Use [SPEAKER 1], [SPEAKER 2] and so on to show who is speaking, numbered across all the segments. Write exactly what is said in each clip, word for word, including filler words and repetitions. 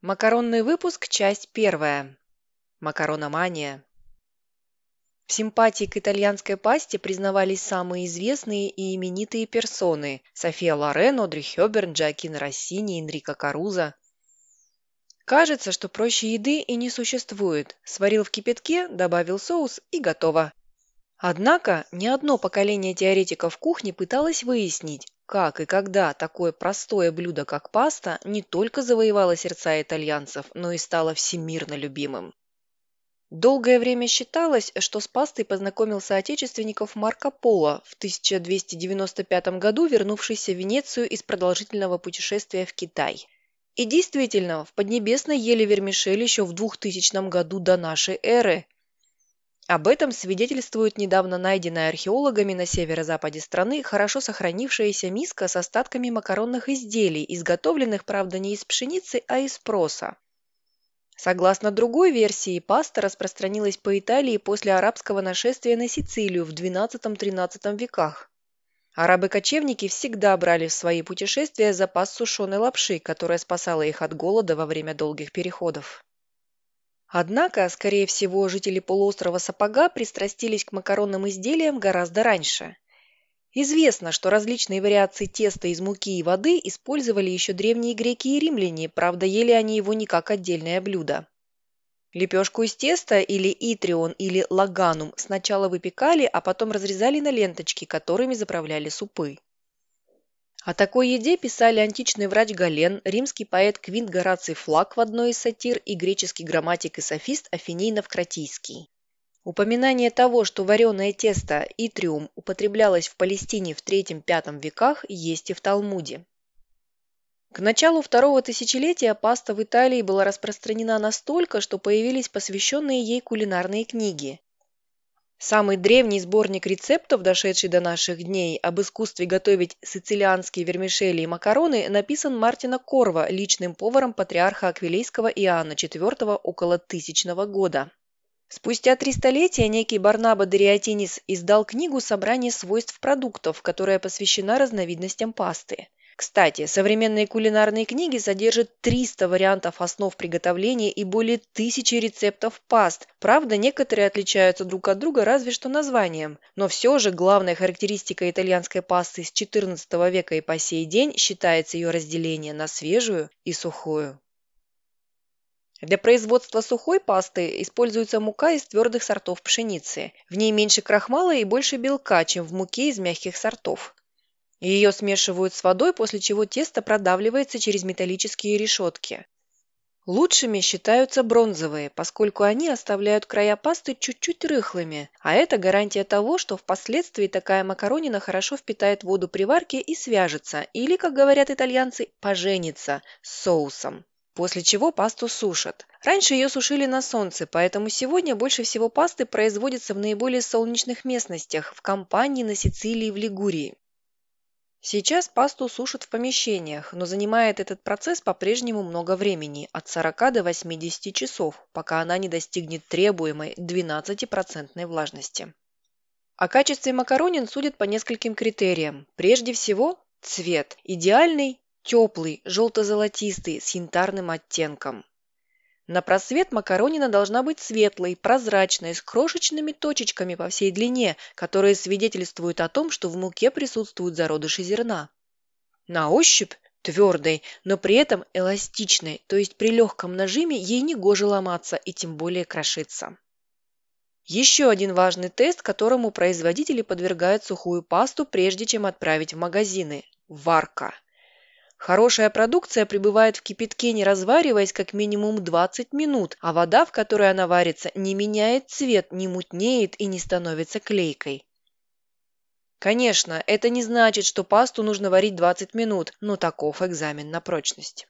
[SPEAKER 1] Макаронный выпуск, часть первая. Макарономания. В симпатии к итальянской пасте признавались самые известные и именитые персоны – София Лорен, Одри Хёбберн, Джоаккино Россини, Энрико Карузо. Кажется, что проще еды и не существует. Сварил в кипятке, добавил соус и готово. Однако ни одно поколение теоретиков кухни пыталось выяснить, как и когда такое простое блюдо, как паста, не только завоевало сердца итальянцев, но и стало всемирно любимым. Долгое время считалось, что с пастой познакомил соотечественников Марко Поло в тысяча двести девяносто пятом году, вернувшийся в Венецию из продолжительного путешествия в Китай. И действительно, в Поднебесной ели вермишель еще в двухтысячном году до нашей эры. Об этом свидетельствует недавно найденная археологами на северо-западе страны хорошо сохранившаяся миска с остатками макаронных изделий, изготовленных, правда, не из пшеницы, а из проса. Согласно другой версии, паста распространилась по Италии после арабского нашествия на Сицилию в двенадцатом-тринадцатом веках. Арабы-кочевники всегда брали в свои путешествия запас сушеной лапши, которая спасала их от голода во время долгих переходов. Однако, скорее всего, жители полуострова Сапога пристрастились к макаронным изделиям гораздо раньше. Известно, что различные вариации теста из муки и воды использовали еще древние греки и римляне, правда, ели они его не как отдельное блюдо. Лепешку из теста или итрион или лаганум сначала выпекали, а потом разрезали на ленточки, которыми заправляли супы. О такой еде писали античный врач Гален, римский поэт Квинт Гораций Флак в одной из сатир и греческий грамматик и софист Афиний Навкратийский. Упоминание того, что вареное тесто итриум употреблялось в Палестине в третьем-пятом веках, есть и в Талмуде. К началу второго тысячелетия паста в Италии была распространена настолько, что появились посвященные ей кулинарные книги. Самый древний сборник рецептов, дошедший до наших дней, об искусстве готовить сицилианские вермишели и макароны, написан Мартино Корво, личным поваром патриарха Аквилейского Иоанна четвёртого около тысячного года. Спустя три столетия некий Барнабо Дариатинис издал книгу «Собрание свойств продуктов», которая посвящена разновидностям пасты. Кстати, современные кулинарные книги содержат триста вариантов основ приготовления и более тысячи рецептов паст. Правда, некоторые отличаются друг от друга разве что названием. Но все же главная характеристика итальянской пасты с четырнадцатого века и по сей день считается ее разделение на свежую и сухую. Для производства сухой пасты используется мука из твердых сортов пшеницы. В ней меньше крахмала и больше белка, чем в муке из мягких сортов. Ее смешивают с водой, после чего тесто продавливается через металлические решетки. Лучшими считаются бронзовые, поскольку они оставляют края пасты чуть-чуть рыхлыми, а это гарантия того, что впоследствии такая макаронина хорошо впитает воду при варке и свяжется, или, как говорят итальянцы, поженится с соусом. После чего пасту сушат. Раньше ее сушили на солнце, поэтому сегодня больше всего пасты производится в наиболее солнечных местностях, в Кампании, на Сицилии и в Лигурии. Сейчас пасту сушат в помещениях, но занимает этот процесс по-прежнему много времени, от сорока до восьмидесяти часов, пока она не достигнет требуемой двенадцатипроцентной влажности. О качестве макаронин судят по нескольким критериям. Прежде всего, цвет. Идеальный, теплый, желто-золотистый, с янтарным оттенком. На просвет макаронина должна быть светлой, прозрачной, с крошечными точечками по всей длине, которые свидетельствуют о том, что в муке присутствуют зародыши зерна. На ощупь твердой, но при этом эластичной, то есть при легком нажиме ей не гоже ломаться и тем более крошиться. Еще один важный тест, которому производители подвергают сухую пасту, прежде чем отправить в магазины – варка. Хорошая продукция пребывает в кипятке, не развариваясь, как минимум двадцать минут, а вода, в которой она варится, не меняет цвет, не мутнеет и не становится клейкой. Конечно, это не значит, что пасту нужно варить двадцать минут, но таков экзамен на прочность.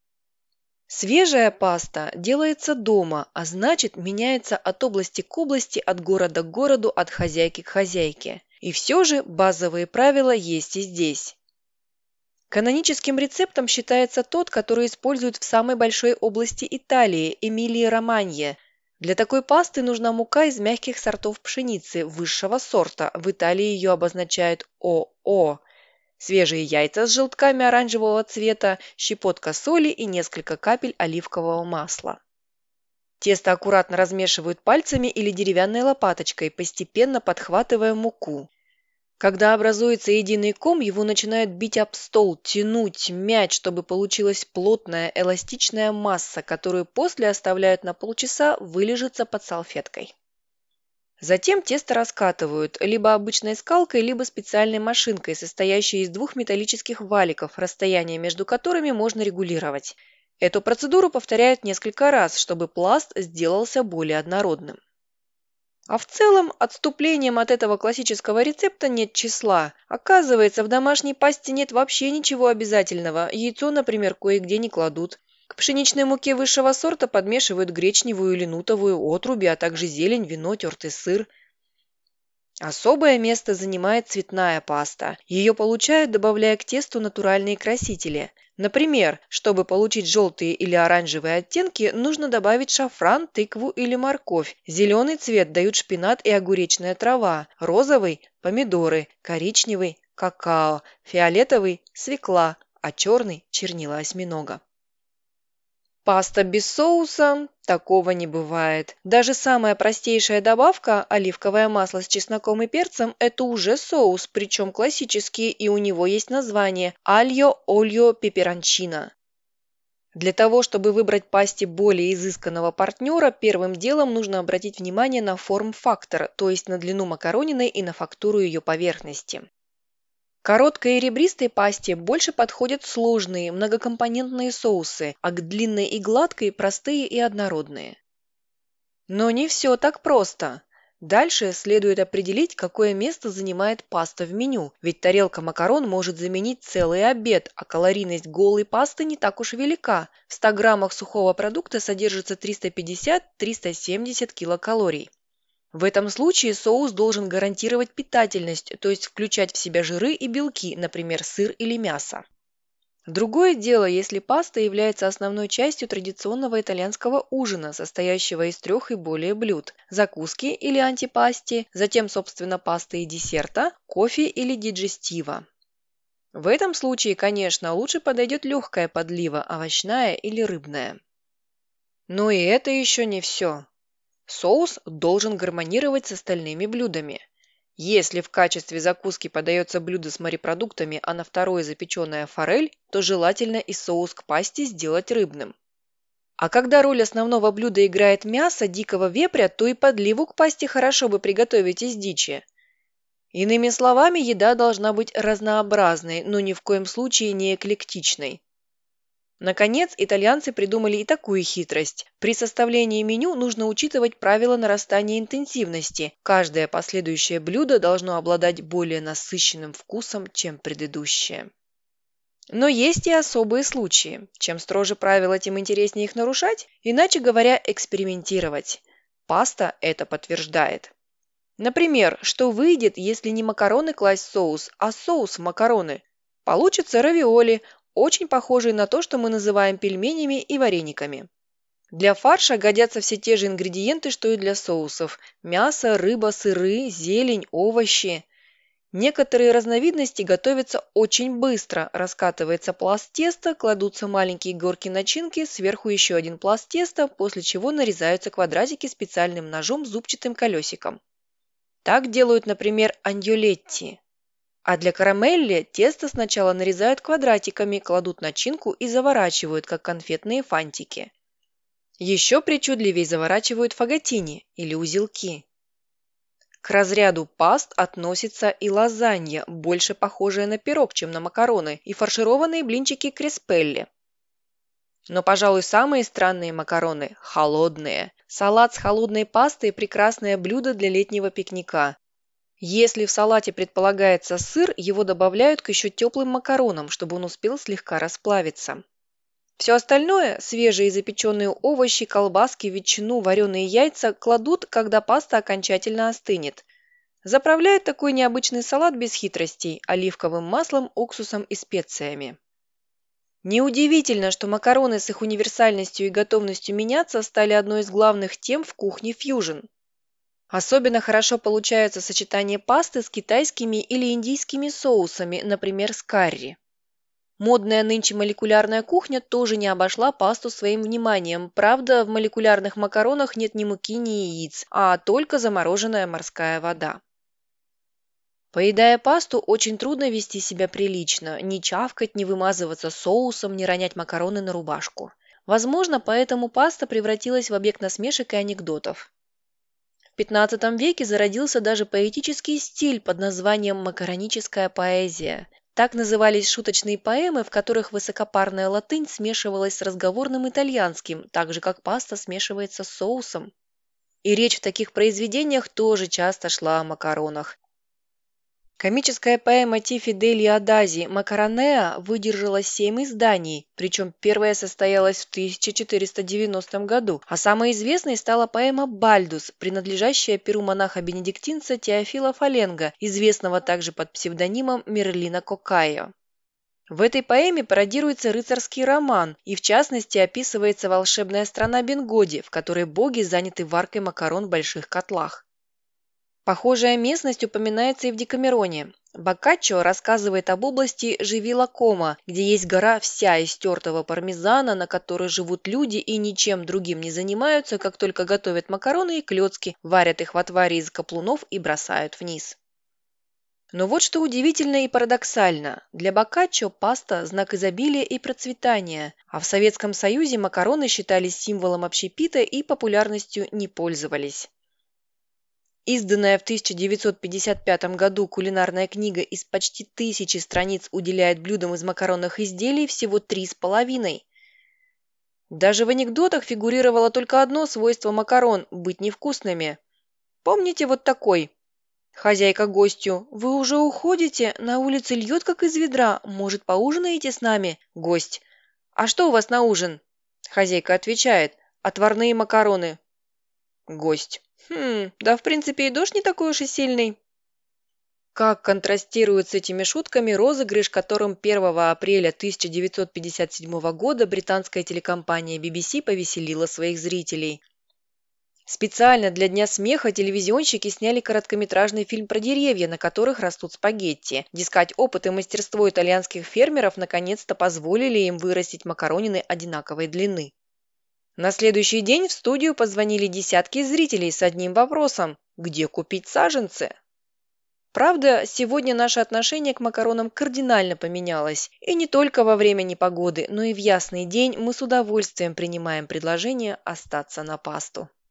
[SPEAKER 1] Свежая паста делается дома, а значит меняется от области к области, от города к городу, от хозяйки к хозяйке. И все же базовые правила есть и здесь. Каноническим рецептом считается тот, который используют в самой большой области Италии – Эмилии-Романье. Для такой пасты нужна мука из мягких сортов пшеницы высшего сорта. В Италии ее обозначают ОО. свежие яйца с желтками оранжевого цвета, щепотка соли и несколько капель оливкового масла. Тесто аккуратно размешивают пальцами или деревянной лопаточкой, постепенно подхватывая муку. Когда образуется единый ком, его начинают бить об стол, тянуть, мять, чтобы получилась плотная эластичная масса, которую после оставляют на полчаса вылежаться под салфеткой. Затем тесто раскатывают либо обычной скалкой, либо специальной машинкой, состоящей из двух металлических валиков, расстояние между которыми можно регулировать. Эту процедуру повторяют несколько раз, чтобы пласт сделался более однородным. А в целом, отступлением от этого классического рецепта нет числа. Оказывается, в домашней пасте нет вообще ничего обязательного. Яйцо, например, кое-где не кладут. К пшеничной муке высшего сорта подмешивают гречневую или нутовую отруби, а также зелень, вино, тертый сыр. Особое место занимает цветная паста. Ее получают, добавляя к тесту натуральные красители. Например, чтобы получить желтые или оранжевые оттенки, нужно добавить шафран, тыкву или морковь. Зеленый цвет дают шпинат и огуречная трава, розовый – помидоры, коричневый – какао, фиолетовый – свекла, а черный – чернила осьминога. Паста без соуса – такого не бывает. Даже самая простейшая добавка – оливковое масло с чесноком и перцем – это уже соус, причем классический, и у него есть название – альо ольо пеперончино. Для того, чтобы выбрать пасте более изысканного партнера, первым делом нужно обратить внимание на форм-фактор, то есть на длину макаронины и на фактуру ее поверхности. Короткой и ребристой пасте больше подходят сложные, многокомпонентные соусы, а к длинной и гладкой – простые и однородные. Но не все так просто. Дальше следует определить, какое место занимает паста в меню, ведь тарелка макарон может заменить целый обед, а калорийность голой пасты не так уж велика. В ста граммах сухого продукта содержится триста пятьдесят — триста семьдесят килокалорий. В этом случае соус должен гарантировать питательность, то есть включать в себя жиры и белки, например, сыр или мясо. Другое дело, если паста является основной частью традиционного итальянского ужина, состоящего из трех и более блюд – закуски или антипасти, затем, собственно, пасты и десерта, кофе или диджестива. В этом случае, конечно, лучше подойдет легкая подлива, овощная или рыбная. Но и это еще не все. Соус должен гармонировать с остальными блюдами. Если в качестве закуски подается блюдо с морепродуктами, а на второе запеченная форель, то желательно и соус к пасте сделать рыбным. А когда роль основного блюда играет мясо дикого вепря, то и подливу к пасте хорошо бы приготовить из дичи. Иными словами, еда должна быть разнообразной, но ни в коем случае не эклектичной. Наконец, итальянцы придумали и такую хитрость. При составлении меню нужно учитывать правила нарастания интенсивности. Каждое последующее блюдо должно обладать более насыщенным вкусом, чем предыдущее. Но есть и особые случаи. Чем строже правила, тем интереснее их нарушать, иначе говоря, экспериментировать. Паста это подтверждает. Например, что выйдет, если не макароны класть в соус, а соус в макароны? Получится равиоли, очень похожие на то, что мы называем пельменями и варениками. Для фарша годятся все те же ингредиенты, что и для соусов – мясо, рыба, сыры, зелень, овощи. Некоторые разновидности готовятся очень быстро. Раскатывается пласт теста, кладутся маленькие горки начинки, сверху еще один пласт теста, после чего нарезаются квадратики специальным ножом с зубчатым колесиком. Так делают, например, аньолетти. А для карамелли тесто сначала нарезают квадратиками, кладут начинку и заворачивают, как конфетные фантики. Еще причудливее заворачивают фаготини или узелки. К разряду паст относится и лазанья, больше похожая на пирог, чем на макароны, и фаршированные блинчики креспелли. Но, пожалуй, самые странные макароны – холодные. Салат с холодной пастой – прекрасное блюдо для летнего пикника. Если в салате предполагается сыр, его добавляют к еще теплым макаронам, чтобы он успел слегка расплавиться. Все остальное – свежие запеченные овощи, колбаски, ветчину, вареные яйца – кладут, когда паста окончательно остынет. Заправляют такой необычный салат без хитростей – оливковым маслом, уксусом и специями. Неудивительно, что макароны с их универсальностью и готовностью меняться стали одной из главных тем в кухне фьюжн. Особенно хорошо получается сочетание пасты с китайскими или индийскими соусами, например, с карри. Модная нынче молекулярная кухня тоже не обошла пасту своим вниманием. Правда, в молекулярных макаронах нет ни муки, ни яиц, а только замороженная морская вода. Поедая пасту, очень трудно вести себя прилично, не чавкать, не вымазываться соусом, не ронять макароны на рубашку. Возможно, поэтому паста превратилась в объект насмешек и анекдотов. В пятнадцатом веке зародился даже поэтический стиль под названием «макароническая поэзия». Так назывались шуточные поэмы, в которых высокопарная латынь смешивалась с разговорным итальянским, так же как паста смешивается с соусом. И речь в таких произведениях тоже часто шла о макаронах. Комическая поэма Тифи дель Адази «Макаронеа» выдержала семь изданий, причем первая состоялась в тысяча четыреста девяностом году, а самой известной стала поэма «Бальдус», принадлежащая перу монаха-бенедиктинца Теофила Фаленга, известного также под псевдонимом Мерлина Кокайо. В этой поэме пародируется рыцарский роман, и в частности описывается волшебная страна Бенгоди, в которой боги заняты варкой макарон в больших котлах. Похожая местность упоминается и в Декамероне. Боккаччо рассказывает об области Живи-Ла-Комо, где есть гора вся из тертого пармезана, на которой живут люди и ничем другим не занимаются, как только готовят макароны и клёцки, варят их в отваре из каплунов и бросают вниз. Но вот что удивительно и парадоксально. Для Боккаччо паста – знак изобилия и процветания, а в Советском Союзе макароны считались символом общепита и популярностью не пользовались. Изданная в тысяча девятьсот пятьдесят пятом году кулинарная книга из почти тысячи страниц уделяет блюдам из макаронных изделий всего три с половиной. Даже в анекдотах фигурировало только одно свойство макарон – быть невкусными. Помните вот такой? Хозяйка гостю: «Вы уже уходите? На улице льет, как из ведра. Может, поужинаете с нами?» Гость: «А что у вас на ужин?» Хозяйка отвечает: «Отварные макароны». Гость: «Хм, да в принципе и дождь не такой уж и сильный». Как контрастирует с этими шутками розыгрыш, которым первого апреля тысяча девятьсот пятьдесят седьмого года британская телекомпания би би си повеселила своих зрителей. Специально для Дня смеха телевизионщики сняли короткометражный фильм про деревья, на которых растут спагетти. Дескать, опыт и мастерство итальянских фермеров наконец-то позволили им вырастить макаронины одинаковой длины. На следующий день в студию позвонили десятки зрителей с одним вопросом: где купить саженцы? Правда, сегодня наше отношение к макаронам кардинально поменялось. И не только во время непогоды, но и в ясный день мы с удовольствием принимаем предложение остаться на пасту.